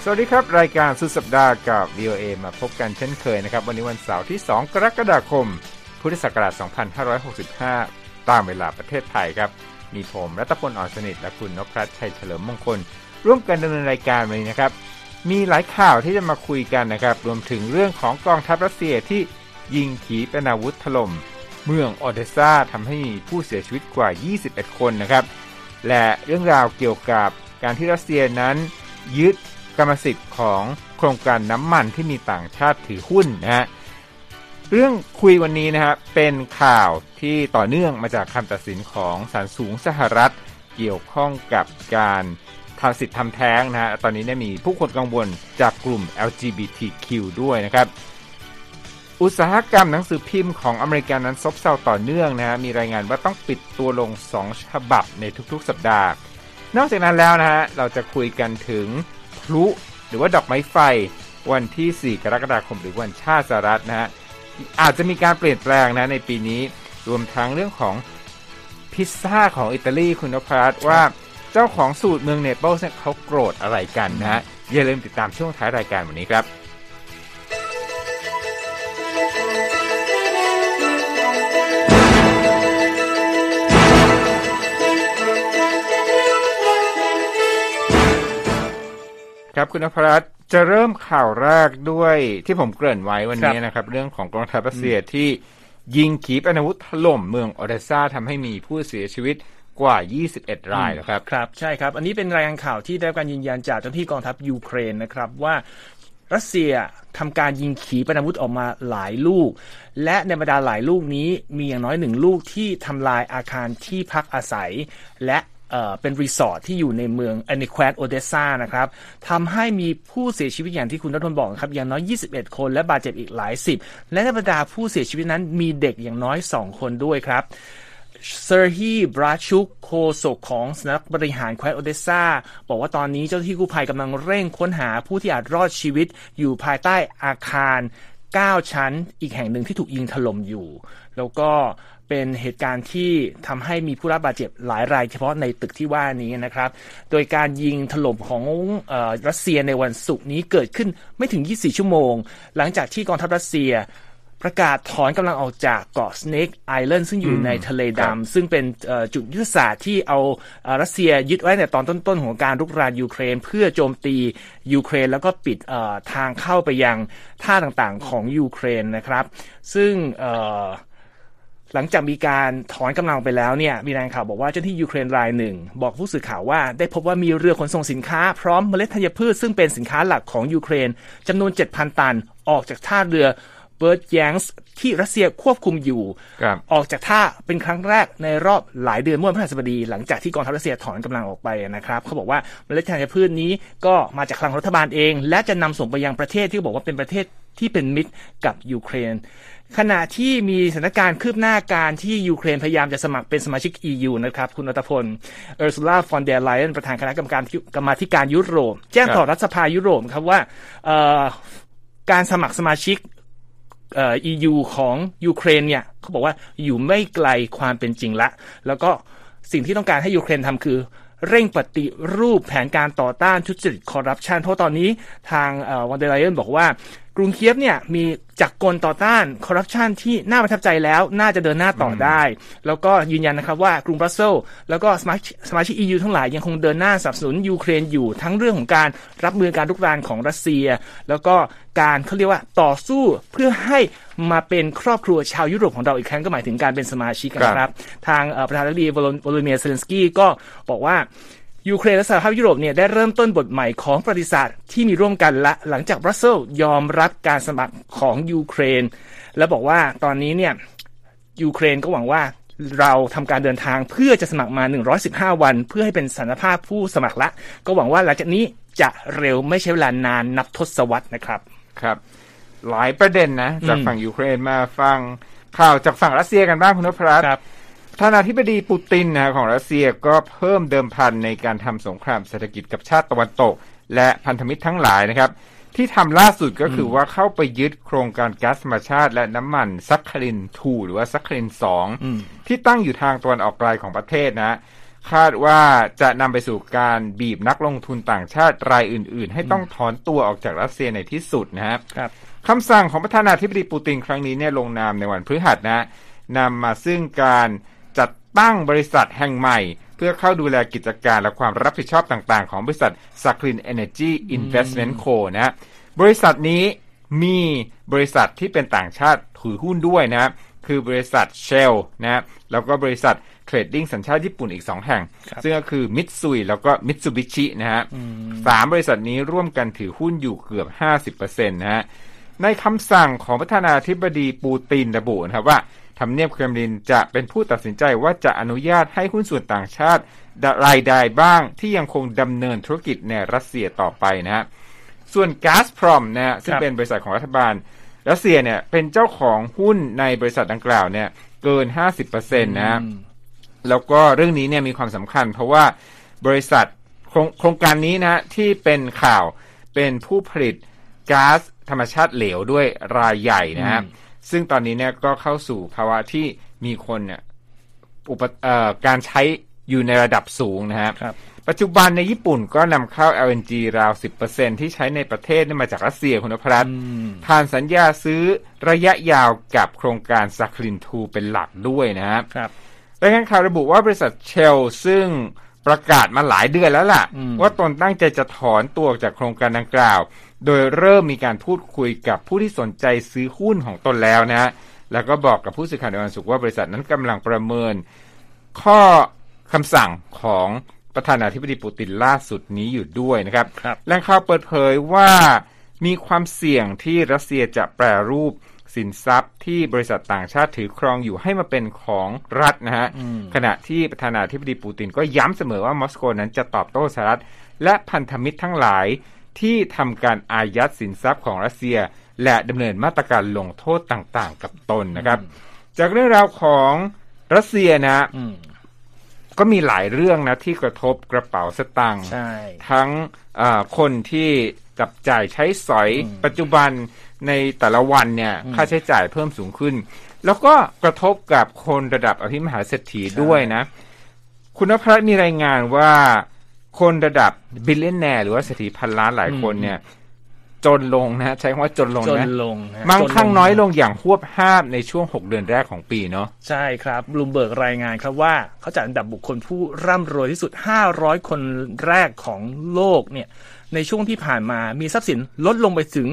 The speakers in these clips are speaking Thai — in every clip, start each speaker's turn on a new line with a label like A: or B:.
A: สวัสดีครับรายการสุดสัปดาห์กับ VOA มาพบกันเช่นเคยนะครับวันนี้วันเสาร์ที่2กรกฎาคมพุทธศักราช2565ตามเวลาประเทศไทยครับมีผมรัตพล อ่อนสนิทและคุณนพรัตน์ชัยเฉลิมมงคลร่วมกันดำเนินรายการวันนี้นะครับมีหลายข่าวที่จะมาคุยกันนะครับรวมถึงเรื่องของกองทัพรัสเซียที่ยิงขีปนาวุธถล่มเมืองโอเดสซาทำให้มีผู้เสียชีวิตกว่า21คนนะครับและเรื่องราวเกี่ยวกับการที่รัสเซียนั้นยึดกรรมสิทธิ์ของโครงการน้ำมันที่มีต่างชาติถือหุ้นนะฮะเรื่องคุยวันนี้นะครับเป็นข่าวที่ต่อเนื่องมาจากคำตัดสินของศาลสูงสหรัฐเกี่ยวข้องกับการทำสิทธิ์ทำแท้งนะฮะตอนนี้ได้มีผู้คนกังวลจากกลุ่ม LGBTQ ด้วยนะครับอุตสาหกรรมหนังสือพิมพ์ของอเมริกันนั้นซบเซาต่อเนื่องนะฮะมีรายงานว่าต้องปิดตัวลง2ฉบับในทุกๆสัปดาห์นอกจากนั้นแล้วนะฮะเราจะคุยกันถึงพลุหรือว่าดอกไม้ไฟวันที่4กรกฎาคมหรือวันชาติสหรัฐนะฮะอาจจะมีการเปลี่ยนแปลงนะในปีนี้รวมทั้งเรื่องของพิซซ่าของอิตาลีคุณนพรัตน์ว่าเจ้าของสูตรเมืองเนเปิลส์เนี่ยเขาโกรธอะไรกันนะฮะอย่าลืมติดตามช่วงท้ายรายการวันนี้ครับครับคุณนพรัตน์จะเริ่มข่าวแรกด้วยที่ผมเกริ่นไว้วันนี้นะครับเรื่องของกองทัพรัสเซียที่ยิงขีปนาวุธถล่มเมืองโอเดสซาทำให้มีผู้เสียชีวิตกว่า21รายนะครับ
B: ครับใช่ครับอันนี้เป็นรายงานข่าวที่ได้รับการยืนยันจากเจ้าหน้าที่กองทัพยูเครนนะครับว่ารัสเซียทำการยิงขีปนาวุธออกมาหลายลูกและในบรรดาหลายลูกนี้มีอย่างน้อย1ลูกที่ทำลายอาคารที่พักอาศัยและเป็นรีสอร์ทที่อยู่ในเมืองในแคว้นโอเดสซานะครับทำให้มีผู้เสียชีวิตอย่างที่คุณรัฐนบอกครับอย่างน้อย21คนและบาดเจ็บอีกหลายสิบและในบรรดาผู้เสียชีวิตนั้นมีเด็กอย่างน้อย2คนด้วยครับเซอร์ฮีบราชุกโฆษกของสำนักบริหารแคว้นโอเดสซาบอกว่าตอนนี้เจ้าหน้าที่กู้ภัยกำลังเร่งค้นหาผู้ที่อาจรอดชีวิตอยู่ภายใต้อาคาร9ชั้นอีกแห่งหนึ่งที่ถูกยิงถล่มอยู่แล้วก็เป็นเหตุการณ์ที่ทำให้มีผู้รับบาดเจ็บหลายรายเฉพาะในตึกที่ว่านี้นะครับโดยการยิงถล่มของรัสเซียในวันศุกร์นี้เกิดขึ้นไม่ถึง24ชั่วโมงหลังจากที่กองทัพรัสเซียประกาศถอนกำลังออกจากเกาะ Snake Island ซึ่งอยู่ในทะเลดำซึ่งเป็นจุดยุทธศาสตร์ที่เอารัสเซียยึดไว้ในตอนต้นๆของการรุกรานยูเครนเพื่อโจมตียูเครนแล้วก็ปิดทางเข้าไปยังท่าต่างๆของยูเครนนะครับซึ่งหลังจากมีการถอนกำลังไปแล้วเนี่ยมีรายงานข่าวบอกว่าเจ้าหน้าที่ยูเครนรายหนึ่งบอกผู้สื่อข่าวว่าได้พบว่ามีเรือขนส่งสินค้าพร้อมเมล็ดธัญพืชซึ่งเป็นสินค้าหลักของยูเครนจำนวน 7,000 ตันออกจากท่าเรือเบิร์ดแยงส์ที่รัสเซียควบคุมอยู่ออกจากท่าเป็นครั้งแรกในรอบหลายเดือนเมื่อวันพฤหัสบดีหลังจากที่กองทัพรัสเซียถอนกำลังออกไปนะครับเขาบอกว่าเมล็ดธัญพืชนี้ก็มาจากคลังรัฐบาลเองและจะนำส่งไปยังประเทศที่บอกว่าเป็นประเทศที่เป็นมิตรกับยูเครนขณะที่มีสถานการณ์คืบหน้าการที่ยูเครนพยายามจะสมัครเป็นสมาชิก EU นะครับคุณรัตพลเออร์ซูล่าฟอนเดอร์ไลน์ประธานคณะกรรมาธิการยุโรปแจ้งต่อรัฐสภายุโรปครับว่าการสมัครสมาชิกEU ของยูเครนเนี่ยเขาบอกว่าอยู่ไม่ไกลความเป็นจริงละแล้วก็สิ่งที่ต้องการให้ยูเครนทำคือเร่งปฏิรูปแผนการต่อต้านทุจริตคอร์รัปชันเพราะตอนนี้ทางวันเดอร์ไลน์บอกว่ากรุงเคียฟเนี่ยมีจักรกลต่อต้านคอร์รัปชันที่น่าประทับใจแล้วน่าจะเดินหน้าต่อได้แล้วก็ยืนยันนะครับว่ากรุงบรัสเซลส์แล้วก็สมาชิก EU ทั้งหลายยังคงเดินหน้าสนับสนุนยูเครนอยู่ทั้งเรื่องของการรับมือการรุกรานของรัสเซียแล้วก็การเขาเรียกว่าต่อสู้เพื่อให้มาเป็นครอบครัวชาวยุโรปของเราอีกครั้งก็หมายถึงการเป็นสมาชิกนะครับทางประธานาธิบดีโวโลดิเมียร์เซเลนสกี้ก็บอกว่ายูเครนและสหภาพยุโรปเนี่ยได้เริ่มต้นบทใหม่ของประวัติศาสตร์ที่มีร่วมกันละหลังจากบรัสเซลส์ยอมรับการสมัครของยูเครนและบอกว่าตอนนี้เนี่ยยูเครนก็หวังว่าเราทำการเดินทางเพื่อจะสมัครมา115วันเพื่อให้เป็นสัญภาพผู้สมัครละก็หวังว่าหลังจากนี้จะเร็วไม่ใช้เวลานานนับทศวรรษนะครับ
A: ครับหลายประเด็นนะจากฝั่งยูเครนมาฟังข่าวจากฝั่งรัสเซียกันบ้างคุณนพรัตน์ประธานาธิบดีปูตินของรัสเซียก็เพิ่มเดิมพันในการทำสงครามเศรษฐกิจกับชาติตะวันตกและพันธมิตรทั้งหลายนะครับที่ทำล่าสุดก็คือว่าเข้าไปยึดโครงการก๊าซธรรมชาติและน้ำมันซัคคาริน2หรือว่าซัคคาริน2ที่ตั้งอยู่ทางตะวันออกไกลของประเทศนะคาดว่าจะนำไปสู่การบีบนักลงทุนต่างชาติรายอื่นๆให้ต้องถอนตัวออกจากรัสเซียในที่สุดนะครับคำสั่งของประธานาธิบดีปูตินครั้งนี้เนี่ยลงนามในวันพฤหัสนะนำมาซึ่งการจัดตั้งบริษัทแห่งใหม่เพื่อเข้าดูแลกิจการและความรับผิดชอบต่างๆของบริษัท Sakhalin Energy Investment Co นะบริษัทนี้มีบริษัทที่เป็นต่างชาติถือหุ้นด้วยนะคือบริษัท Shell นะแล้วก็บริษัทเทรดดิ้งสัญชาติญี่ปุ่นอีก2แห่งซึ่งก็คือมิตซุยแล้วก็มิตซูบิชินะฮะ3บริษัทนี้ร่วมกันถือหุ้นอยู่เกือบ 50% นะฮะในคำสั่งของประธานาธิบดีปูตินระบุนะครับว่าทำเนียบเครมลินจะเป็นผู้ตัดสินใจว่าจะอนุญาตให้หุ้นส่วนต่างชาติรายใดบ้างที่ยังคงดำเนินธุรกิจในรัสเซียต่อไปนะฮะส่วน Gazprom นะฮะซึ่งเป็นบริษัทของรัฐบาลรัสเซียเนี่ยเป็นเจ้าของหุ้นในบริษัทดังกล่าวเนี่ยเกิน 50% นะฮะแล้วก็เรื่องนี้เนี่ยมีความสำคัญเพราะว่าบริษัทโครงการนี้นะที่เป็นข่าวเป็นผู้ผลิตก๊าซธรรมชาติเหลวด้วยรายใหญ่นะครับซึ่งตอนนี้เนี่ยก็เข้าสู่ภาวะที่มีคนเนี่ยการใช้อยู่ในระดับสูงนะครับปัจจุบันในญี่ปุ่นก็นำเข้า LNG ราว 10% ที่ใช้ในประเทศนี่มาจากรัสเซียคุณนพรัตน์ผ่านสัญญาซื้อระยะยาวกับโครงการ Sakhalin 2 เป็นหลักด้วยนะครับรายงานข่าวระบุว่าบริษัท Shell ซึ่งประกาศมาหลายเดือนแล้วล่ะว่าตนตั้งใจจะถอนตัวออกจากโครงการดังกล่าวโดยเริ่มมีการพูดคุยกับผู้ที่สนใจซื้อหุ้นของตนแล้วนะแล้วก็บอกกับผู้สื่อข่าวในวันศุกร์ว่าบริษัทนั้นกำลังประเมินข้อคำสั่งของประธานาธิบดีปูตินล่าสุดนี้อยู่ด้วยนะครับแหล่งข่าวเปิดเผยว่ามีความเสี่ยงที่รัสเซียจะแปรรูปสินทรัพย์ที่บริษัทต่างชาติถือครองอยู่ให้มาเป็นของรัฐนะฮะขณะที่ประธานาธิบดีปูตินก็ย้ำเสมอว่ามอสโกนั้นจะตอบโต้สหรัฐและพันธมิตรทั้งหลายที่ทำการอายัดสินทรัพย์ของรัสเซียและดำเนินมาตรการลงโทษต่างๆกับตนนะครับจากเรื่องราวของรัสเซียนะก็มีหลายเรื่องนะที่กระทบกระเป๋าสตางค์ทั้งคนที่จับจ่ายใช้สอยปัจจุบันในแต่ละวันเนี่ยค่าใช้จ่ายเพิ่มสูงขึ้นแล้วก็กระทบกับคนระดับอภิมหาเศรษฐีด้วยนะคุณนพรัตน์มีรายงานว่าคนระดับบิลเลนแนร์หรือว่าเศรษฐีพันล้านหลายคนเนี่ยจนลงนะใช้คำว่าจนลงนะมั่งคั่งน้อยลงอย่างหวบห้าบในช่วง6เดือนแรกของปีเนาะ
B: ใช่ครับบลูมเบิร์กรายงานครับว่าเขาจัดอันดับบุคคลผู้ร่ำรวยที่สุด500คนแรกของโลกเนี่ยในช่วงที่ผ่านมามีทรัพย์สินลดลงไปถึง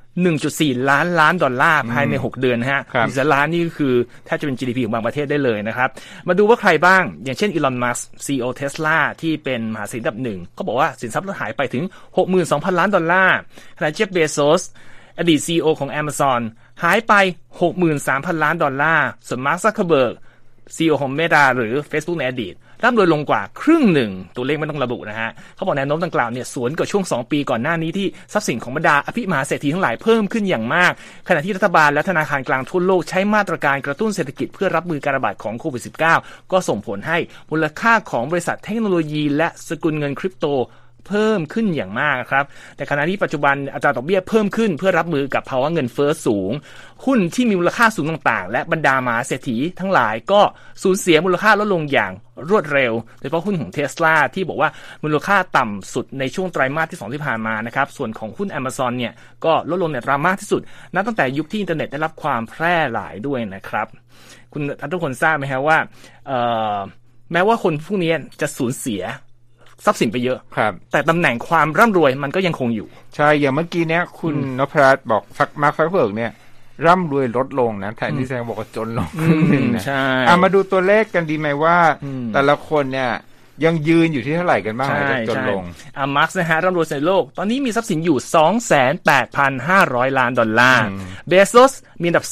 B: 1.4 ล้านดอลลาร์ภายใน6เดือนนะฮะ1ล้านนี่ก็คือแทบจะเป็น GDP ของบางประเทศได้เลยนะครับมาดูว่าใครบ้างอย่างเช่นอีลอนมัสก์ CEO Tesla ที่เป็นมหาเศรษฐีอันดับ1เขาบอกว่าสินทรัพย์ลดหายไปถึง 62,000 ล้านดอลลาร์ขณะเจฟ เบโซสอดีต CEO ของ Amazon หายไป 63,000 ล้านดอลลาร์ส่วนมาร์ค ซักเคอร์เบิร์ก CEO ของ Meta หรือ Facebook ในอดีตร่ำรวยลงกว่าครึ่งหนึ่งตัวเลขไม่ต้องระบุนะฮะเขาบอกแนวโน้มดังกล่าวเนี่ยสวนกับช่วง2ปีก่อนหน้านี้ที่ทรัพย์สินของบรรดาอภิมหาเศรษฐีทั้งหลายเพิ่มขึ้นอย่างมากขณะที่รัฐบาลและธนาคารกลางทั่วโลกใช้มาตรการกระตุ้นเศรษฐกิจเพื่อรับมือการระบาดของโควิด -19 ก็ส่งผลให้มูลค่าของบริษัทเทคโนโลยีและสกุลเงินคริปโตเพิ่มขึ้นอย่างมากครับแต่ขณะที่ปัจจุบันอัตราดอกเบี้ยเพิ่มขึ้นเพื่อรับมือกับภาวะเงินเฟ้อสูงหุ้นที่มีมูลค่าสูงต่างๆและบรรดามหาเศรษฐีทั้งหลายก็สูญเสียมูลค่าลดลงอย่างรวดเร็วโดยเฉพาะหุ้นของ Tesla ที่บอกว่ามูลค่าต่ำสุดในช่วงไตรมาสที่2ที่ผ่านมานะครับส่วนของหุ้น Amazon เนี่ยก็ลดลงในอัตรามากที่สุดนับตั้งแต่ยุคที่อินเทอร์เน็ตได้รับความแพร่หลายด้วยนะครับคุณทุกคนทราบไหมครับว่าแม้ว่าคนพวกนี้จะสูญเสียทรัพย์สินไปเยอะแต่ตำแหน่งความร่ำรวยมันก็ยังคงอยู่
A: ใช่อย่างเมื่อกี้เนี้ยคุณนพรัตน์บอกมาร์ค ซักเคอร์เบิร์กเนี่ยร่ำรวยลดลงนะแทนที่จะบอกว่าจนลงครึ่งนึงนะมาดูตัวเลขกันดีไหมว่าแต่ละคนเนี่ยยังยืนอยู่ที่เท่าไหร่กันบ้างจนลง
B: มาร์คนะฮะร่ำรวยในโลกตอนนี้มีทรัพย์สินอยู่ 28,500 ล้านดอลลาร์เบโซสมีอันดับ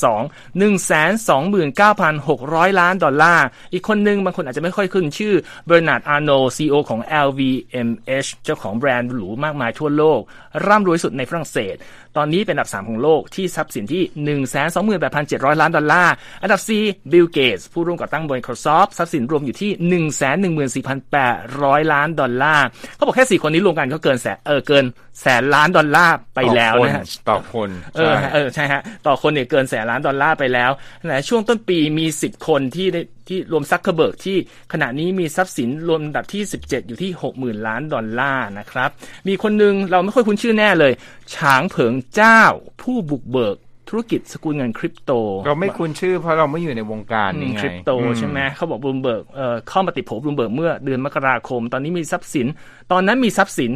B: 2 129,600 ล้านดอลลาร์อีกคนนึงบางคนอาจจะไม่ค่อยคุ้นชื่อเบอร์นาร์ด อาร์โน CEO ของ LVMH เจ้าของแบรนด์หรูมากมายทั่วโลกร่ำรวยสุดในฝรั่งเศสตอนนี้เป็นอันดับ3ของโลกที่ทรัพย์สินที่ 128,700 ล้านดอลลาร์อันดับ4บิล เกตส์ผู้ร่วมก่อตั้ง Microsoft ทรัพย์สินรวมอยู่ที่ 114,800 $800 ล้านเขาบอกแค่4คนนี้รวมกันก็เกินแสนล้านดอลลาร์ไปแล้วนะฮะ
A: ต่อคน
B: ใช่ฮะต่อคนเนี่ยเกินแสนล้านดอลลาร์ไปแล้วนะช่วงต้นปีมี10คนที่รวมซักเคอร์เบิร์กที่ขณะนี้มีทรัพย์สินรวมอันดับที่17อยู่ที่ 60,000 ล้านดอลลาร์นะครับมีคนนึงเราไม่ค่อยคุ้นชื่อแน่เลยฉางเผิงเจ้าผู้บุกเบิกธุรกิจสกุลเงินคริปโต
A: เราไม่คุ้นชื่อเพราะเราไม่อยู่ในวงการนี่ไง
B: คริปโตใช่ไหมเขาบอกบลูมเบิร์กเข้ามาติดโผบลูมเบิร์กเมื่อเดือนมกราคมตอนนี้มีทรัพย์สินตอนนั้นมีทรัพย์สิน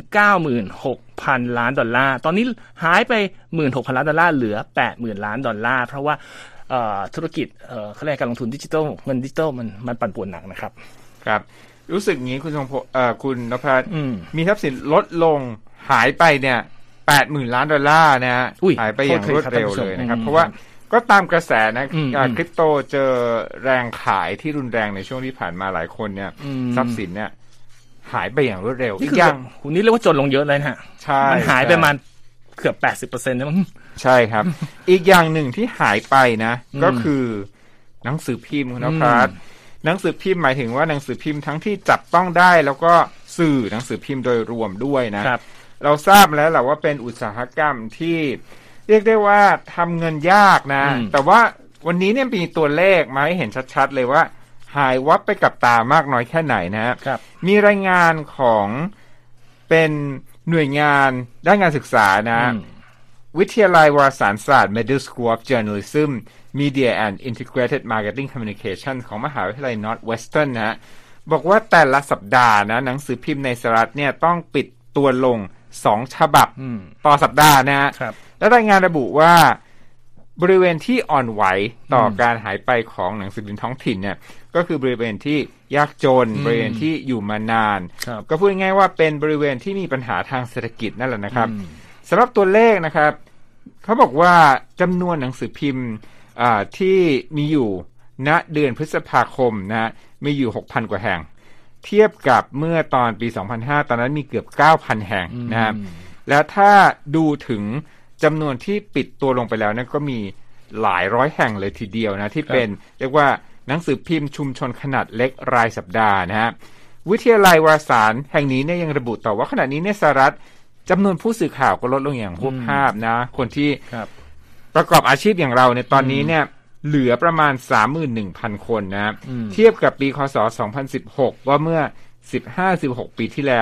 B: 96,000 ล้านดอลลาร์ตอนนี้หายไป 16,000 ล้านดอลลาร์เหลือ 80,000 ล้านดอลลาร์เพราะว่าธุรกิจเขาเรียกการลงทุนดิจิทัลเงินดิจิทัลมันปั่นป่วนหนักนะครับ
A: ครับรู้สึกงี้คุณคุณณภัทรมีทรัพย์สินลดลงหายไปเนี่ย80,000 ล้านดอลลาร์นะฮะหายไปอย่างรวดเร็วเลยนะครับเพราะว่าก็ตามกระแสนะคริปโตเจอแรงขายที่รุนแรงในช่วงที่ผ่านมาหลายคนเนี่ยทรัพย์สินเนี่ยหายไปอย่างรวดเร็ว
B: อีกอย่างคุณนี่เรียกว่าจนลงเยอะเลยนะฮะ
A: ใช่
B: มันหายไปประมาณเกือบ 80% นะมั้ง
A: ใช่ครับอีกอย่างหนึ่งที่หายไปนะก็คือหนังสือพิมพ์คุณนภัสหนังสือพิมพ์หมายถึงว่าหนังสือพิมพ์ทั้งที่จับต้องได้แล้วก็สื่อหนังสือพิมพ์โดยรวมด้วยนะเราทราบแล้วแหละว่าเป็นอุตสาหกรรมที่เรียกได้ว่าทำเงินยากนะแต่ว่าวันนี้เนี่ยมีตัวเลขมาให้เห็นชัดๆเลยว่าหายวับไปกับตามากน้อยแค่ไหนนะครับมีรายงานของเป็นหน่วยงานด้านการศึกษานะวิทยาลัยวารสารศาสตร์ Medill School of Journalism Media and Integrated Marketing Communication ของมหาวิทยาลัย Northwestern นะบอกว่าแต่ละสัปดาห์นะหนังสือพิมพ์ในสหรัฐเนี่ยต้องปิดตัวลง2 ฉบับต่อสัปดาห์นะฮะและรายงานระบุว่าบริเวณที่อ่อนไหวต่อการหายไปของหนังสือพิมพ์ท้องถิ่นเนี่ยก็คือบริเวณที่ยากจนบริเวณที่อยู่มานานก็พูดง่ายๆว่าเป็นบริเวณที่มีปัญหาทางเศรษฐกิจนั่นแหละนะครับสำหรับตัวเลขนะครับเขาบอกว่าจำนวนหนังสือพิมพ์ที่มีอยู่ณเดือนพฤษภาคมนะมีอยู่ 6,000 กว่าแห่งเทียบกับเมื่อตอนปี 2005 ตอนนั้นมีเกือบ 9,000 แห่งนะครับแล้วถ้าดูถึงจำนวนที่ปิดตัวลงไปแล้วเนี่ยก็มีหลายร้อยแห่งเลยทีเดียวนะที่เป็นเรียกว่าหนังสือพิมพ์ชุมชนขนาดเล็กรายสัปดาห์นะฮะวิทยาลัยวารสารแห่งนี้เนี่ยยังระบุต่อว่าขณะนี้ในสหรัฐจำนวนผู้สื่อข่าวก็ลดลงอย่างหวบภาพนะคนที่ประกอบอาชีพอย่างเราในตอนนี้เนี่ยเหลือประมาณ 31,000 คนนะเทียบกับปีคศ 2016 ว่าเมื่อ 15-16 ปีที่แล้ว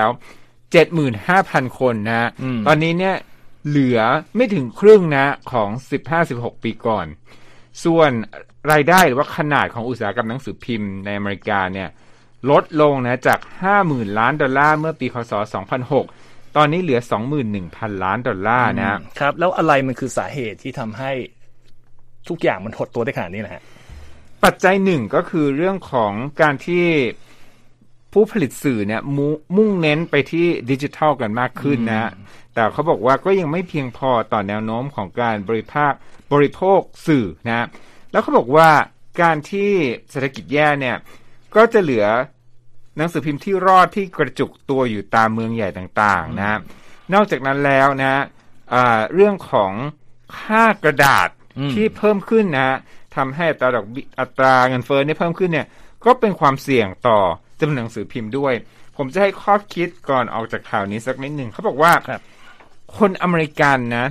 A: 75,000 คนนะตอนนี้เนี่ยเหลือไม่ถึงครึ่งนะของ 15-16 ปีก่อนส่วนรายได้หรือว่าขนาดของอุตสาหกรรมหนังสือพิมพ์ในอเมริกาเนี่ยลดลงนะจาก 50,000 ล้านดอลลาร์เมื่อปีคศ 2006 ตอนนี้เหลือ 21,000 ล้านดอลลาร์
B: นะครับแล้วอะไรมันคือสาเหตุที่ทำให้ทุกอย่างมันหดตัวได้ขนาดนี้นะฮะ
A: ปัจจัยหนึ่งก็คือเรื่องของการที่ผู้ผลิตสื่อเนี่ยมุ่งเน้นไปที่ดิจิทัลกันมากขึ้นนะแต่เขาบอกว่าก็ยังไม่เพียงพอต่อแนวโน้มของการบริโภคสื่อนะแล้วเขาบอกว่าการที่เศรษฐกิจแย่เนี่ยก็จะเหลือหนังสือพิมพ์ที่รอดที่กระจุกตัวอยู่ตามเมืองใหญ่ต่างๆนะนอกจากนั้นแล้วนะเรื่องของค่ากระดาษที่เพิ่มขึ้นนะทำให้อัตราเงินเฟ้อเนี่ยเพิ่มขึ้นเนี่ยก็เป็นความเสี่ยงต่อจำนวนหนังสือพิมพ์ด้วยผมจะให้ข้อคิดก่อนออกจากข่าวนี้สักนิดหนึ่งเขาบอกว่าคนอเมริกันนะ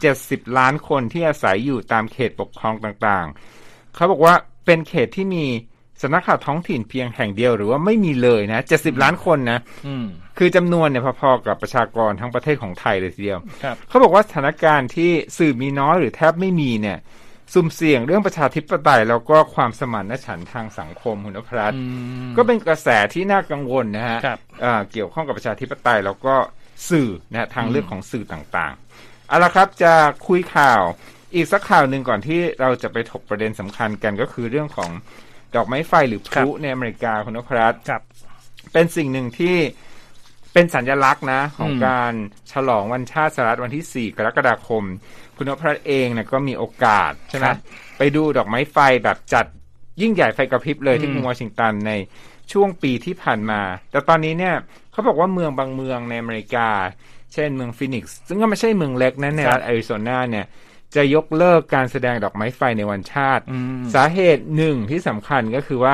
A: 70 ล้านคนที่อาศัยอยู่ตามเขตปกครองต่างๆเขาบอกว่าเป็นเขตที่มีสำนักข่าวท้องถิ่นเพียงแห่งเดียวหรือว่าไม่มีเลยนะ70 ล้านคนนะคือจำนวนเนี่ยพอๆกับประชากรทั้งประเทศของไทยเลยทีเดียวเขาบอกว่าสถานการณ์ที่สื่อมีน้อยหรือแทบไม่มีเนี่ยสุ่มเสี่ยงเรื่องประชาธิปไตยแล้วก็ความสมานฉันท์ทางสังคมคุณนภัสก็เป็นกระแสที่น่ากังวลนะฮะเกี่ยวข้องกับประชาธิปไตยแล้วก็สื่อนะทางเลือกของสื่อต่างๆเอาละครับจะคุยข่าวอีกสักข่าวหนึ่งก่อนที่เราจะไปถกประเด็นสำคัญกันก็คือเรื่องของดอกไม้ไฟหรือพลุในอเมริกาคุณนภัสเป็นสิ่งหนึ่งที่เป็นสัญลักษณ์นะของการฉลองวันชาติสหรัฐวันที่4 กรกฎาคมคุณนภัสเองเนี่ยก็มีโอกาสใช่ไหมไปดูดอกไม้ไฟแบบจัดยิ่งใหญ่ไฟกระพริบเลยที่กรุงวอชิงตันในช่วงปีที่ผ่านมาแต่ตอนนี้เนี่ยเขาบอกว่าเมืองบางเมืองในอเมริกาเช่นเมืองฟินิกซ์ซึ่งก็ไม่ใช่เมืองเล็กนะในรัฐแอริโซนาเนี่ยจะยกเลิกการแสดงดอกไม้ไฟในวันชาติสาเหตุหนึ่งที่สำคัญก็คือว่า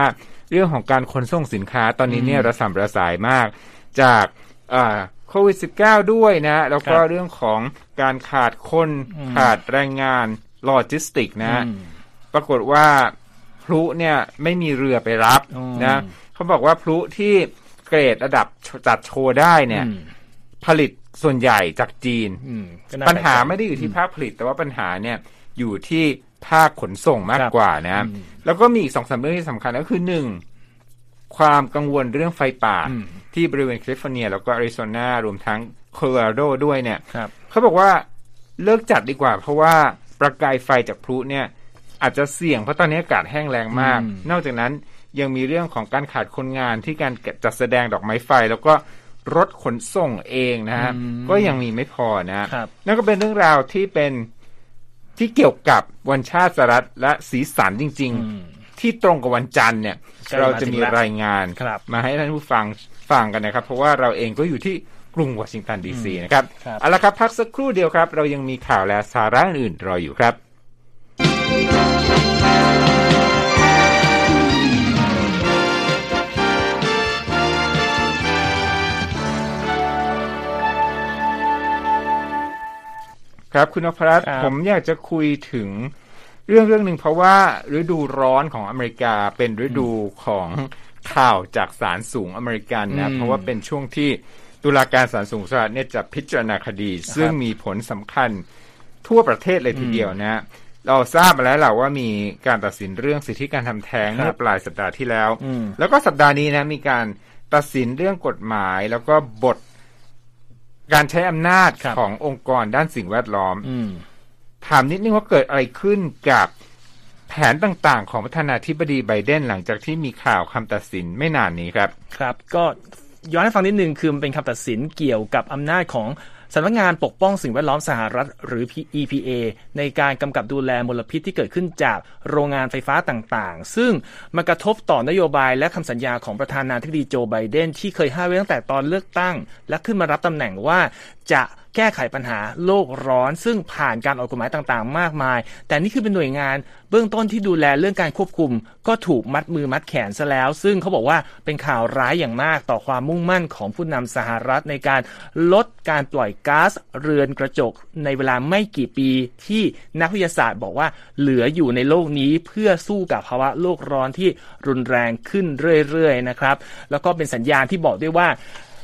A: เรื่องของการขนส่งสินค้าตอนนี้เนี่ยระส่ำระสายมากจากโควิด -19 ด้วยนะแล้วก็เรื่องของการขาดคนขาดแรงงานโลจิสติกนะปรากฏว่าพลุเนี่ยไม่มีเรือไปรับนะเขาบอกว่าพลุที่เกรดระดับจัดโชว์ได้เนี่ยผลิตส่วนใหญ่จากจีนปัญหาไม่ได้อยู่ที่ภาคผลิตแต่ว่าปัญหาเนี่ยอยู่ที่ภาคขนส่งมากกว่านะแล้วก็มีอีก 2-3 เรื่องที่สำคัญก็คือ 1. ความกังวลเรื่องไฟป่าที่บริเวณแคลิฟอร์เนียแล้วก็แอริโซนารวมทั้งโคโลราโดด้วยเนี่ยเขาบอกว่าเลิกจัดดีกว่าเพราะว่าประกายไฟจากพลุเนี่ยอาจจะเสี่ยงเพราะตอนนี้อากาศแห้งแล้งมากนอกจากนั้นยังมีเรื่องของการขาดคนงานที่การจัดแสดงดอกไม้ไฟแล้วก็รถขนส่งเองนะฮะก็ยังมีไม่พอนะนั่นก็เป็นเรื่องราวที่เป็นที่เกี่ยวกับวันชาติสหรัฐและสีสันจริงๆที่ตรงกับวันจันทร์เนี่ยเราจะมีรายงานมาให้ท่านผู้ฟังกันนะครับเพราะว่าเราเองก็อยู่ที่กรุงวอชิงตันดีซีนะครับเอาละครับพักสักครู่เดียวครับเรายังมีข่าวและสาระอื่นรออยู่ครับครับคุณนพรัตน์ผมอยากจะคุยถึงเรื่องหนึ่งเพราะว่าฤดูร้อนของอเมริกาเป็นฤดูของข่าวจากศาลสูงอเมริกันนะเพราะว่าเป็นช่วงที่ตุลาการศาลสูงสหรัฐเนี่ยจะพิจารณาคดีซึ่งมีผลสำคัญทั่วประเทศเลยทีเดียวนะเราทราบมาแล้วแหละว่ามีการตัดสินเรื่องสิทธิการทำแท้งเมื่อปลายสัปดาห์ที่แล้วแล้วก็สัปดาห์นี้นะมีการตัดสินเรื่องกฎหมายแล้วก็บทการใช้อำนาจขององค์กรด้านสิ่งแวดล้อมถามนิดนึงว่าเกิดอะไรขึ้นกับแผนต่างๆของประธานาธิบดีไบเดนหลังจากที่มีข่าวคำตัดสินไม่นานนี้ครับ
B: ครับก็ย้อนให้ฟังนิดนึงคือมันเป็นคำตัดสินเกี่ยวกับอำนาจของสำนักงานปกป้องสิ่งแวดล้อมสหรัฐหรือ EPA ในการกำกับดูแลมลพิษที่เกิดขึ้นจากโรงงานไฟฟ้าต่างๆซึ่งมันกระทบต่อนโยบายและคำสัญญาของประธานาธิบดีโจไบเดนที่เคยให้ไว้ตั้งแต่ตอนเลือกตั้งและขึ้นมารับตำแหน่งว่าจะแก้ไขปัญหาโลกร้อนซึ่งผ่านการออกกฎหมายต่างๆมากมายแต่นี่คือเป็นหน่วยงานเบื้องต้นที่ดูแลเรื่องการควบคุมก็ถูกมัดมือมัดแขนซะแล้วซึ่งเขาบอกว่าเป็นข่าวร้ายอย่างมากต่อความมุ่งมั่นของผู้นำสหรัฐในการลดการปล่อยก๊าซเรือนกระจกในเวลาไม่กี่ปีที่นักวิทยาศาสตร์บอกว่าเหลืออยู่ในโลกนี้เพื่อสู้กับภาวะโลกร้อนที่รุนแรงขึ้นเรื่อยๆนะครับแล้วก็เป็นสัญญาณที่บอกด้วยว่า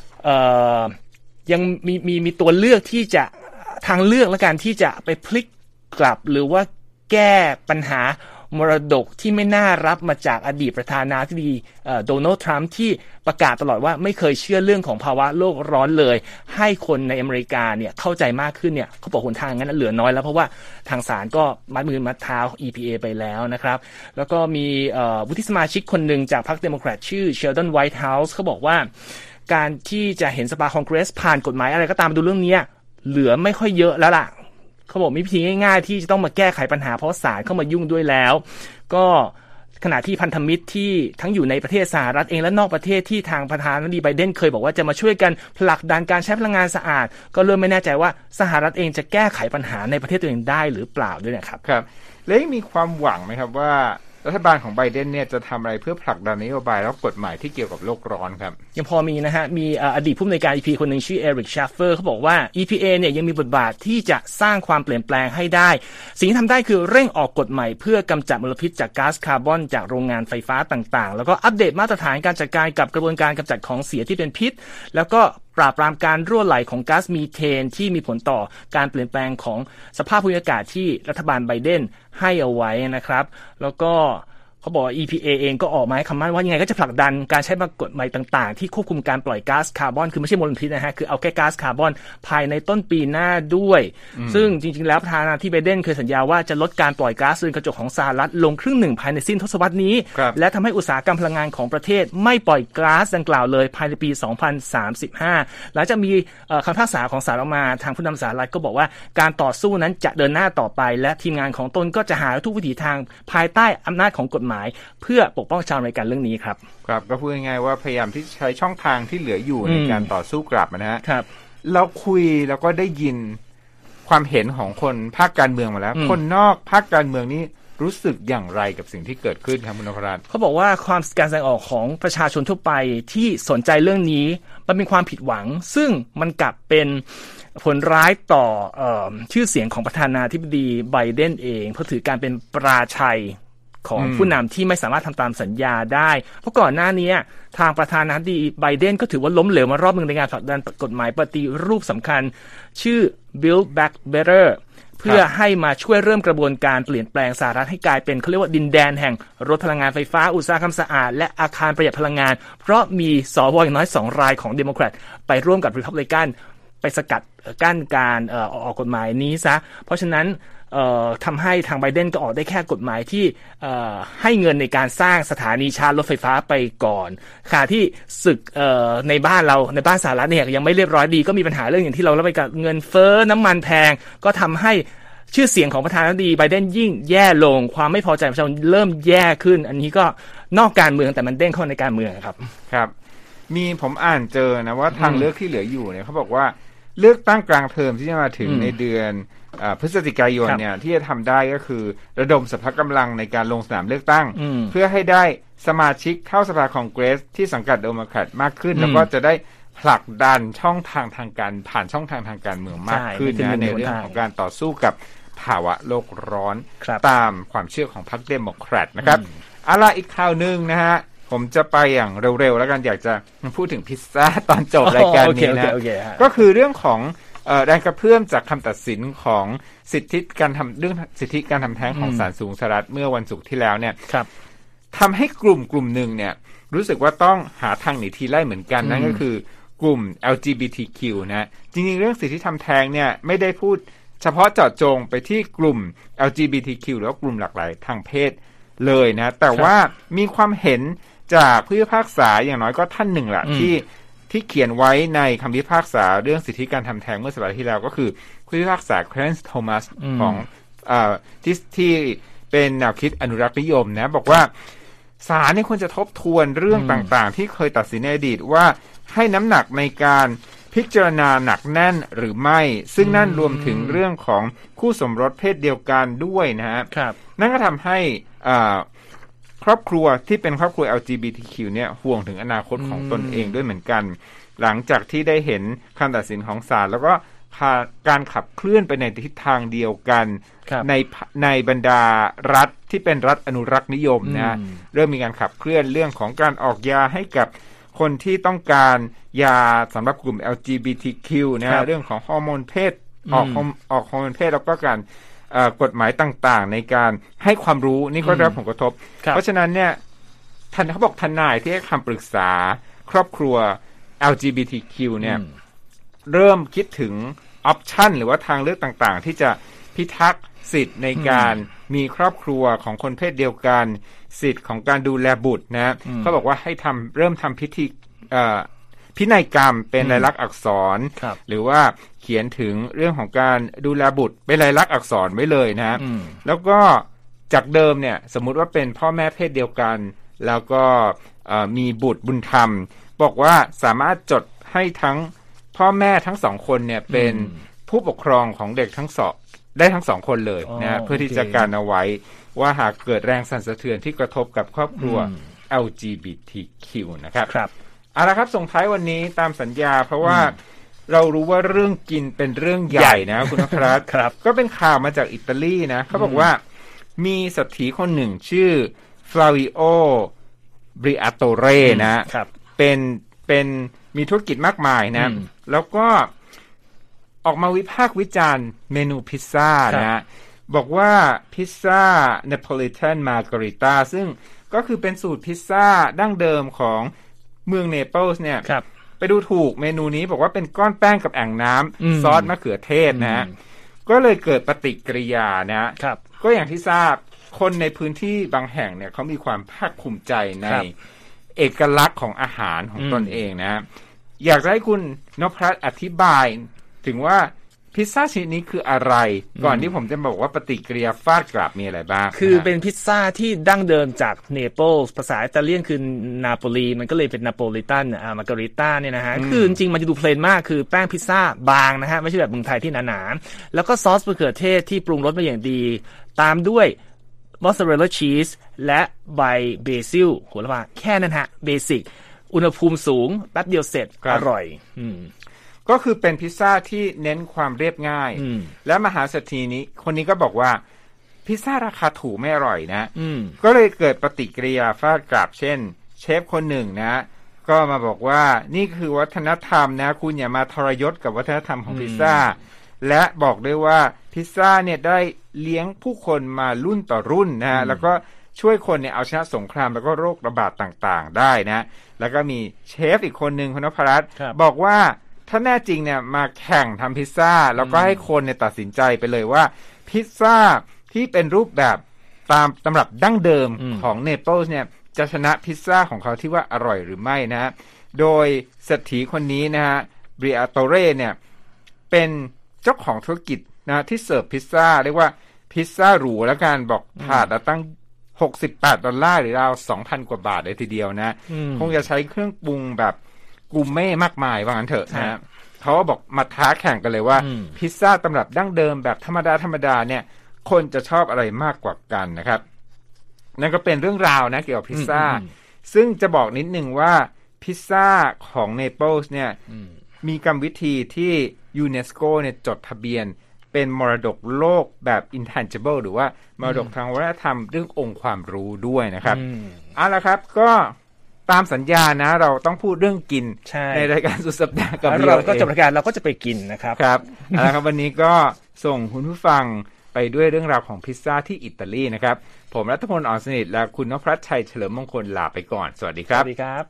B: ยังมีตัวเลือกที่จะทางเลือกและการที่จะไปพลิกกลับหรือว่าแก้ปัญหามรดกที่ไม่น่ารับมาจากอดีตประธานาธิบดีโดนัลด์ทรัมป์ที่ประกาศตลอดว่าไม่เคยเชื่อเรื่องของภาวะโลกร้อนเลยให้คนในอเมริกาเนี่ยเข้าใจมากขึ้นเนี่ยเขาบอกหนทางนั้นเหลือน้อยแล้วเพราะว่าทางศาลก็มัดมือมัดเท้า EPA ไปแล้วนะครับแล้วก็มีวุฒิสมาชิกคนหนึ่งจากพรรคเดโมแครตชื่อเชลดอนไวท์เฮาส์เขาบอกว่าการที่จะเห็นสภาคองเกรสผ่านกฎหมายอะไรก็ตามมาดูเรื่องนี้เหลือไม่ค่อยเยอะแล้วล่ะเขาบอกมีวิธีง่ายๆที่จะต้องมาแก้ไขปัญหาเพราะศาลเข้ามายุ่งด้วยแล้วก็ขณะที่พันธมิตรที่ทั้งอยู่ในประเทศสหรัฐเองและนอกประเทศที่ทางประธานาธิบดีไบเดนเคยบอกว่าจะมาช่วยกันผลักดันการใช้พลังงานสะอาดก็เริ่มไม่แน่ใจว่าสหรัฐเองจะแก้ไขปัญหาในประเทศตัวเองได้หรือเปล่าด้วยนะครับ
A: ครับและมีความหวังไหมครับว่ารัฐบาลของไบเดนเนี่ยจะทำอะไรเพื่อผลักดันนโยบายและกฎหมายที่เกี่ยวกับโลกร้อนครับ
B: ยังพอมีนะฮะมีอดีตผู้อำนวยการ EPA คนหนึ่งชื่อเอริกชาฟเฟอร์เขาบอกว่า EPA เนี่ยยังมีบทบาทที่จะสร้างความเปลี่ยนแปลงให้ได้สิ่งที่ทำได้คือเร่งออกกฎใหม่เพื่อกำจัดมลพิษจากก๊าซคาร์บอนจากโรงงานไฟฟ้าต่างๆแล้วก็อัปเดตมาตรฐานการจัดการกับกระบวนการกำจัดของเสียที่เป็นพิษแล้วก็ปราบปรามการรั่วไหลของก๊าซมีเทนที่มีผลต่อการเปลี่ยนแปลงของสภาพภูมิอากาศที่รัฐบาลไบเดนให้เอาไว้นะครับแล้วก็เขาบอกว่า EPA เองก็ออกมาให้คำมั่นว่ายังไงก็จะผลักดันการใช้กฎหมายต่างๆที่ควบคุมการปล่อยก๊าซคาร์บอนคือไม่ใช่มลพิษนะฮะคือเอาแค่ก๊าซคาร์บอนภายในต้นปีหน้าด้วยซึ่งจริงๆแล้วประธานาธิบดีไบเดนเคยสัญญาว่าจะลดการปล่อยก๊าซเรือนกระจกของสหรัฐลงครึ่งหนึ่งภายในสิ้นทศวรรษนี้และทำให้อุตสาหกรรมพลังงานของประเทศไม่ปล่อยก๊าซดังกล่าวเลยภายในปี 2035 หลังจากมีคำพิพากษาของศาลออกมาทางผู้นำสหรัฐก็บอกว่าการต่อสู้นั้นจะเดินหน้าต่อไปและทีมงานของตนก็จะหาทุกวิถีทางภายใต้อำนาจของกฎหมายเพื่อปกป้องชาวอเมริกันเรื่องนี้ครับ
A: ครับก็พูดง่ายๆว่าพยายามที่ใช้ช่องทางที่เหลืออยู่ในการต่อสู้กลับนะฮะ
B: ครับ
A: เราคุยแล้วก็ได้ยินความเห็นของคนภาคการเมืองมาแล้วคนนอกภาคการเมืองนี่รู้สึกอย่างไรกับสิ่งที่เกิดขึ้นครับคุณนพรัตน์
B: เขาบอกว่าการแสดงออกของประชาชนทั่วไปที่สนใจเรื่องนี้มันเป็นความผิดหวังซึ่งมันกลับเป็นผลร้ายต่อชื่อเสียงของประธานาธิบดีไบเดนเองเพราะถือการเป็นปราชัยของผู้นำที่ไม่สามารถทำตามสัญญาได้เพราะก่อนหน้านี้ทางประธานาธิบดีไบเดนก็ถือว่าล้มเหลวมารอบนึงในการผลักดันกฎหมายปฏิรูปสำคัญชื่อ Build Back Better เพื่อให้มาช่วยเริ่มกระบวนการเปลี่ยนแปลงสหรัฐให้กลายเป็นเขาเรียกว่าดินแดนแห่งรถพลังงานไฟฟ้าอุตสาหกรรมสะอาดและอาคารประหยัดพลังงานเพราะมีสวอย่างน้อย2รายของเดโมแครตไปร่วมกับรีพับลิกันไปสกัดกั้นการออกกฎหมายนี้ซะเพราะฉะนั้นทำให้ทางไบเดนก็ออกได้แค่กฎหมายที่ให้เงินในการสร้างสถานีชาร์จรถไฟฟ้าไปก่อนค่ะที่ศึกในบ้านเราในบ้านสหรัฐเนี่ยยังไม่เรียบร้อยดีก็มีปัญหาเรื่องอย่างที่เราเล่าไปกับเงินเฟ้อน้ำมันแพงก็ทำให้ชื่อเสียงของประธานาธิบดีไบเดนยิ่งแย่ลงความไม่พอใจประชาชนเริ่มแย่ขึ้นอันนี้ก็นอกการเมืองแต่มันเด้งเข้าในการเมืองครับ
A: ครับมีผมอ่านเจอนะว่าทางเลือกที่เหลืออยู่เนี่ยเขาบอกว่าเลือกตั้งกลางเทอมที่จะมาถึงในเดือนพฤศจิกายนเนี่ยที่จะทำได้ก็คือระดมสรรพกำลังในการลงสนามเลือกตั้งเพื่อให้ได้สมาชิกเข้าสภาคองเกรสที่สังกัดเดโมแครตมากขึ้นแล้วก็จะได้ผลักดันช่องทางทางการผ่านช่องทางทางการเมืองมากขึ้นนะในเรื่องของการต่อสู้กับภาวะโลกร้อนตามความเชื่อของพรรคเดโมแครตนะครับอะไรอีกข่าวนึงนะฮะผมจะไปอย่างเร็วๆแล้วกันอยากจะพูดถึงพิซซ่าตอนจบรายการนี้นะก็คือเรื่องของแรงกระเพื่อมจากคำตัดสินของสิทธิการทำเรื่องสิทธิการทำแท้งของศาลสูงสหรัฐเมื่อวันศุกร์ที่แล้วเนี่ยทำให้กลุ่มหนึ่งเนี่ยรู้สึกว่าต้องหาทางหนีทีไล่เหมือนกันนั่นก็คือกลุ่ม LGBTQ นะจริงๆเรื่องสิทธิทำแท้งเนี่ยไม่ได้พูดเฉพาะเจาะจงไปที่กลุ่ม LGBTQ หรือว่ากลุ่มหลากหลายทางเพศเลยนะแต่ว่ามีความเห็นจากผู้พิพากษาอย่างน้อยก็ท่านหนึ่งแหละที่เขียนไว้ในคำพิพากษาเรื่องสิทธิการทำแท้งเมื่อสัปดาห์ที่แล้วก็คือผู้พิพากษาแคลรนซ์โทมัสของที่เป็นแนวคิดอนุรักษ์นิยมนะบอกว่าศาลเนี่ยควรจะทบทวนเรื่องต่างๆที่เคยตัดสินในอดีตว่าให้น้ำหนักในการพิจารณาหนักแน่นหรือไม่ซึ่งนั่นรวมถึงเรื่องของคู่สมรสเพศเดียวกันด้วยนะฮะนั่นก็ทำให้ครอบครัวที่เป็นครอบครัว LGBTQ เนี่ยห่วงถึงอนาคตของตนเองด้วยเหมือนกันหลังจากที่ได้เห็นคำตัดสินของศาลแล้วก็การขับเคลื่อนไปในทิศทางเดียวกันในบรรดารัฐที่เป็นรัฐอนุรักษ์นิยมนะเริ่มมีการขับเคลื่อนเรื่องของการออกยาให้กับคนที่ต้องการยาสำหรับกลุ่ม LGBTQ นะเรื่องของฮอร์โมนเพศออกฮอร์โมนเพศแล้วก็การกฎหมายต่างๆในการให้ความรู้นี่ก็ได้รับผลกระทบเพราะฉะนั้นเนี่ยเขาบอกทนายที่ให้คำปรึกษาครอบครัว LGBTQ เนี่ยเริ่มคิดถึงออปชันหรือว่าทางเลือกต่างๆที่จะพิทักษ์สิทธิ์ในการมีครอบครัวของคนเพศเดียวกันสิทธิ์ของการดูแลบุตรนะเขาบอกว่าให้เริ่มทำพิธีพินัยกรรมเป็นลายลักษณ์อักษรหรือว่าเขียนถึงเรื่องของการดูแลบุตรเป็นลายลักษณ์อักษรไว้เลยนะแล้วก็จากเดิมเนี่ยสมมุติว่าเป็นพ่อแม่เพศเดียวกันแล้วก็มีบุตรบุญธรรมบอกว่าสามารถจดให้ทั้งพ่อแม่ทั้งสองคนเนี่ยเป็นผู้ปกครองของเด็กทั้งสองได้ทั้งสองคนเลยนะเพื่อที่จะการเอาไว้ว่าหากเกิดแรงสั่นสะเทือนที่กระทบกับครอบครัว LGBTQ นะครับเอาละครับส่งท้ายวันนี้ตามสัญญาเพราะว่าเรารู้ว่าเรื่องกินเป็นเรื่องใหญ่นะคุณนพรัตน์ก็เป็นข่าวมาจากอิตาลีนะเขาบอกว่ามีเศรษฐีคนหนึ่งชื่อฟลาวิโอบริอาโตเรนะเป็นมีธุรกิจมากมายนะแล้วก็ออกมาวิพากษ์วิจารณ์เมนูพิซซ่านะบอกว่าพิซซ่าเนโปลิแทนมาการิต้าซึ่งก็คือเป็นสูตรพิซซ่าดั้งเดิมของเมืองเนเปิลส์เนี่ยไปดูถูกเมนูนี้บอกว่าเป็นก้อนแป้งกับแอ่งน้ำซอสมะเขือเทศนะก็เลยเกิดปฏิกิริยานะก็อย่างที่ทราบคนในพื้นที่บางแห่งเนี่ยเขามีความภาคภูมิใจในเอกลักษณ์ของอาหารของตนเองนะอยากให้คุณนพรัตน์อธิบายถึงว่าพิซซ่าชนิดนี้คืออะไรก่อนที่ผมจะบอกว่าปฏิกิริยาฟาดกลับมีอะไรบ้าง
B: คือเป็นพิซซ่าที่ดั้งเดิมจากเนเปิลส์ภาษาอิตาเลียนคือนาโปลีมันก็เลยเป็นนาโปลิตันมาการิต้าเนี่ยนะฮะคือจริงๆมันจะดูเพลนมากคือแป้งพิซซ่าบางนะฮะไม่ใช่แบบเมืองไทยที่หนาๆแล้วก็ซอสมะเขือเทศที่ปรุงรสมาอย่างดีตามด้วยมอสซาเรลล่าชีสและใบเบซิลโหระพาแค่นั้นฮะเบสิกอุณหภูมิสูงแป๊บเดียวเสร็จอร่อย
A: ก็คือเป็นพิซซ่าที่เน้นความเรียบง่ายและมหาเศรษฐีนี้คนนี้ก็บอกว่าพิซซ่าราคาถูกไม่อร่อยนะก็เลยเกิดปฏิกิริยาฟาดกลับเช่นเชฟคนหนึ่งนะก็มาบอกว่านี่คือวัฒนธรรมนะคุณอย่ามาทรยศกับวัฒนธรรมของพิซซ่าและบอกด้วยว่าพิซซ่าเนี่ยได้เลี้ยงผู้คนมารุ่นต่อรุ่นนะฮะแล้วก็ช่วยคนเนี่ยเอาชนะสงครามแล้วก็โรคระบาดต่างๆได้นะแล้วก็มีเชฟอีกคนหนึ่งคุณนพรัตน์บอกว่าถ้าแน่จริงเนี่ยมาแข่งทำพิซซ่าแล้วก็ให้คนเนี่ยตัดสินใจไปเลยว่าพิซซ่าที่เป็นรูปแบบตามตำรับดั้งเดิมของเนเปิลส์เนี่ยจะชนะพิซซ่าของเขาที่ว่าอร่อยหรือไม่นะโดยเศรษฐีคนนี้นะฮะบริอาโตเร่เนี่ยเป็นเจ้าของธุรกิจนะที่เสิร์ฟพิซซ่าเรียกว่าพิซซ่าหรูแล้วกันบอกถาดละตั้ง$68หรือราว 2,000 กว่าบาทเลยทีเดียวนะคงจะใช้เครื่องปรุงแบบกูเม่มากมายว่างั้นเถอะนะเขาบอกมาท้าแข่งกันเลยว่าพิซซ่าตำรับดั้งเดิมแบบธรรมดาเนี่ยคนจะชอบอะไรมากกว่ากันนะครับนั่นก็เป็นเรื่องราวนะเกี่ยวกับพิซซ่าซึ่งจะบอกนิดนึงว่าพิซซ่าของเนเปิลส์เนี่ยมีกรรมวิธีที่ยูเนสโกเนี่ยจดทะเบียนเป็นมรดกโลกแบบ intangible หรือว่ามรดกทางวัฒนธรรมเรื่ององค์ความรู้ด้วยนะครับเอาละครับก็ตามสัญญานะเราต้องพูดเรื่องกิน ในรายการสุดสัปดาห์กับ
B: เราก็จบรายการเราก็จะไปกินนะครับ
A: ครับเอาละครับวันนี้ก็ส่งคุณผู้ฟังไปด้วยเรื่องราวของพิซซ่าที่อิตาลีนะครับผมรัฐพล อ่อนสนิทและคุณนพรัตน์ชัยเฉลิมมงคลลาไปก่อนสวัสดีครับ
B: สวัสดีครับ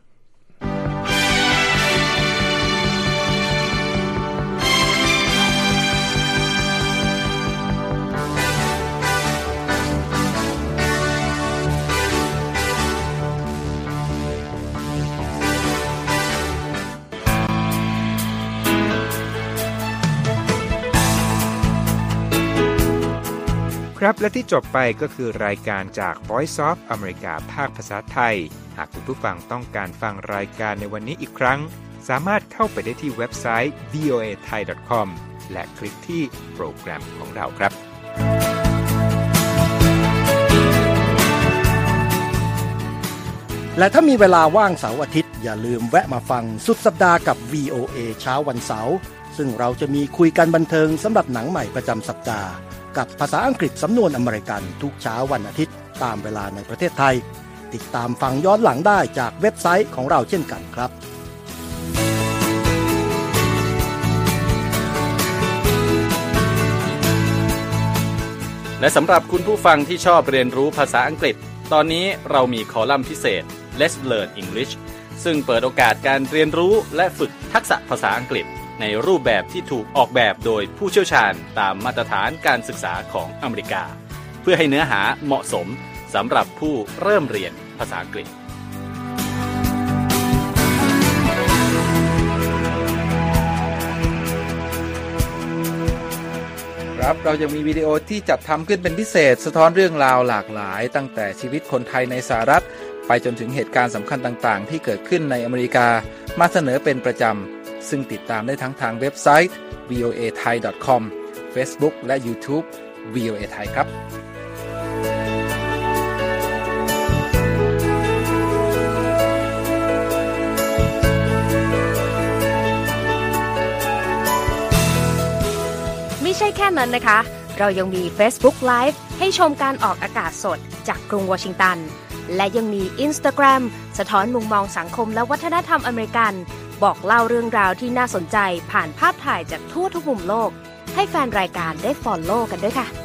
A: ครับและที่จบไปก็คือรายการจาก Voice of America ภาคภาษาไทยหากคุณผู้ฟังต้องการฟังรายการในวันนี้อีกครั้งสามารถเข้าไปได้ที่เว็บไซต์ voathai.com และคลิกที่โปรแกรมของเราครับ
C: และถ้ามีเวลาว่างเสาร์อาทิตย์อย่าลืมแวะมาฟังสุดสัปดาห์กับ VOA เช้าวันเสาร์ซึ่งเราจะมีคุยกันบันเทิงสำหรับหนังใหม่ประจำสัปดาห์กับภาษาอังกฤษสำนวนอเมริกันทุกเช้าวันอาทิตย์ตามเวลาในประเทศไทยติดตามฟังย้อนหลังได้จากเว็บไซต์ของเราเช่นกันครับ
D: และสำหรับคุณผู้ฟังที่ชอบเรียนรู้ภาษาอังกฤษตอนนี้เรามีคอลัมน์พิเศษ Let's Learn English ซึ่งเปิดโอกาสการเรียนรู้และฝึกทักษะภาษาอังกฤษในรูปแบบที่ถูกออกแบบโดยผู้เชี่ยวชาญตามมาตรฐานการศึกษาของอเมริกาเพื่อให้เนื้อหาเหมาะสมสำหรับผู้เริ่มเรียนภาษาอังกฤษ
E: ครับเรายังมีวิดีโอที่จัดทำขึ้นเป็นพิเศษสะท้อนเรื่องราวหลากหลายตั้งแต่ชีวิตคนไทยในสหรัฐไปจนถึงเหตุการณ์สำคัญต่างๆที่เกิดขึ้นในอเมริกามาเสนอเป็นประจำซึ่งติดตามได้ทั้งทางเว็บไซต์ voathai.com Facebook และ YouTube VOA Thai ครับ
F: ไม่ใช่แค่นั้นนะคะเรายังมี Facebook Live ให้ชมการออกอากาศสดจากกรุงวอชิงตันและยังมี Instagram สะท้อนมุมมองสังคมและวัฒนธรรมอเมริกันบอกเล่าเรื่องราวที่น่าสนใจผ่านภาพถ่ายจากทั่วทุกมุมโลกให้แฟนรายการได้ follow กันด้วยค่ะ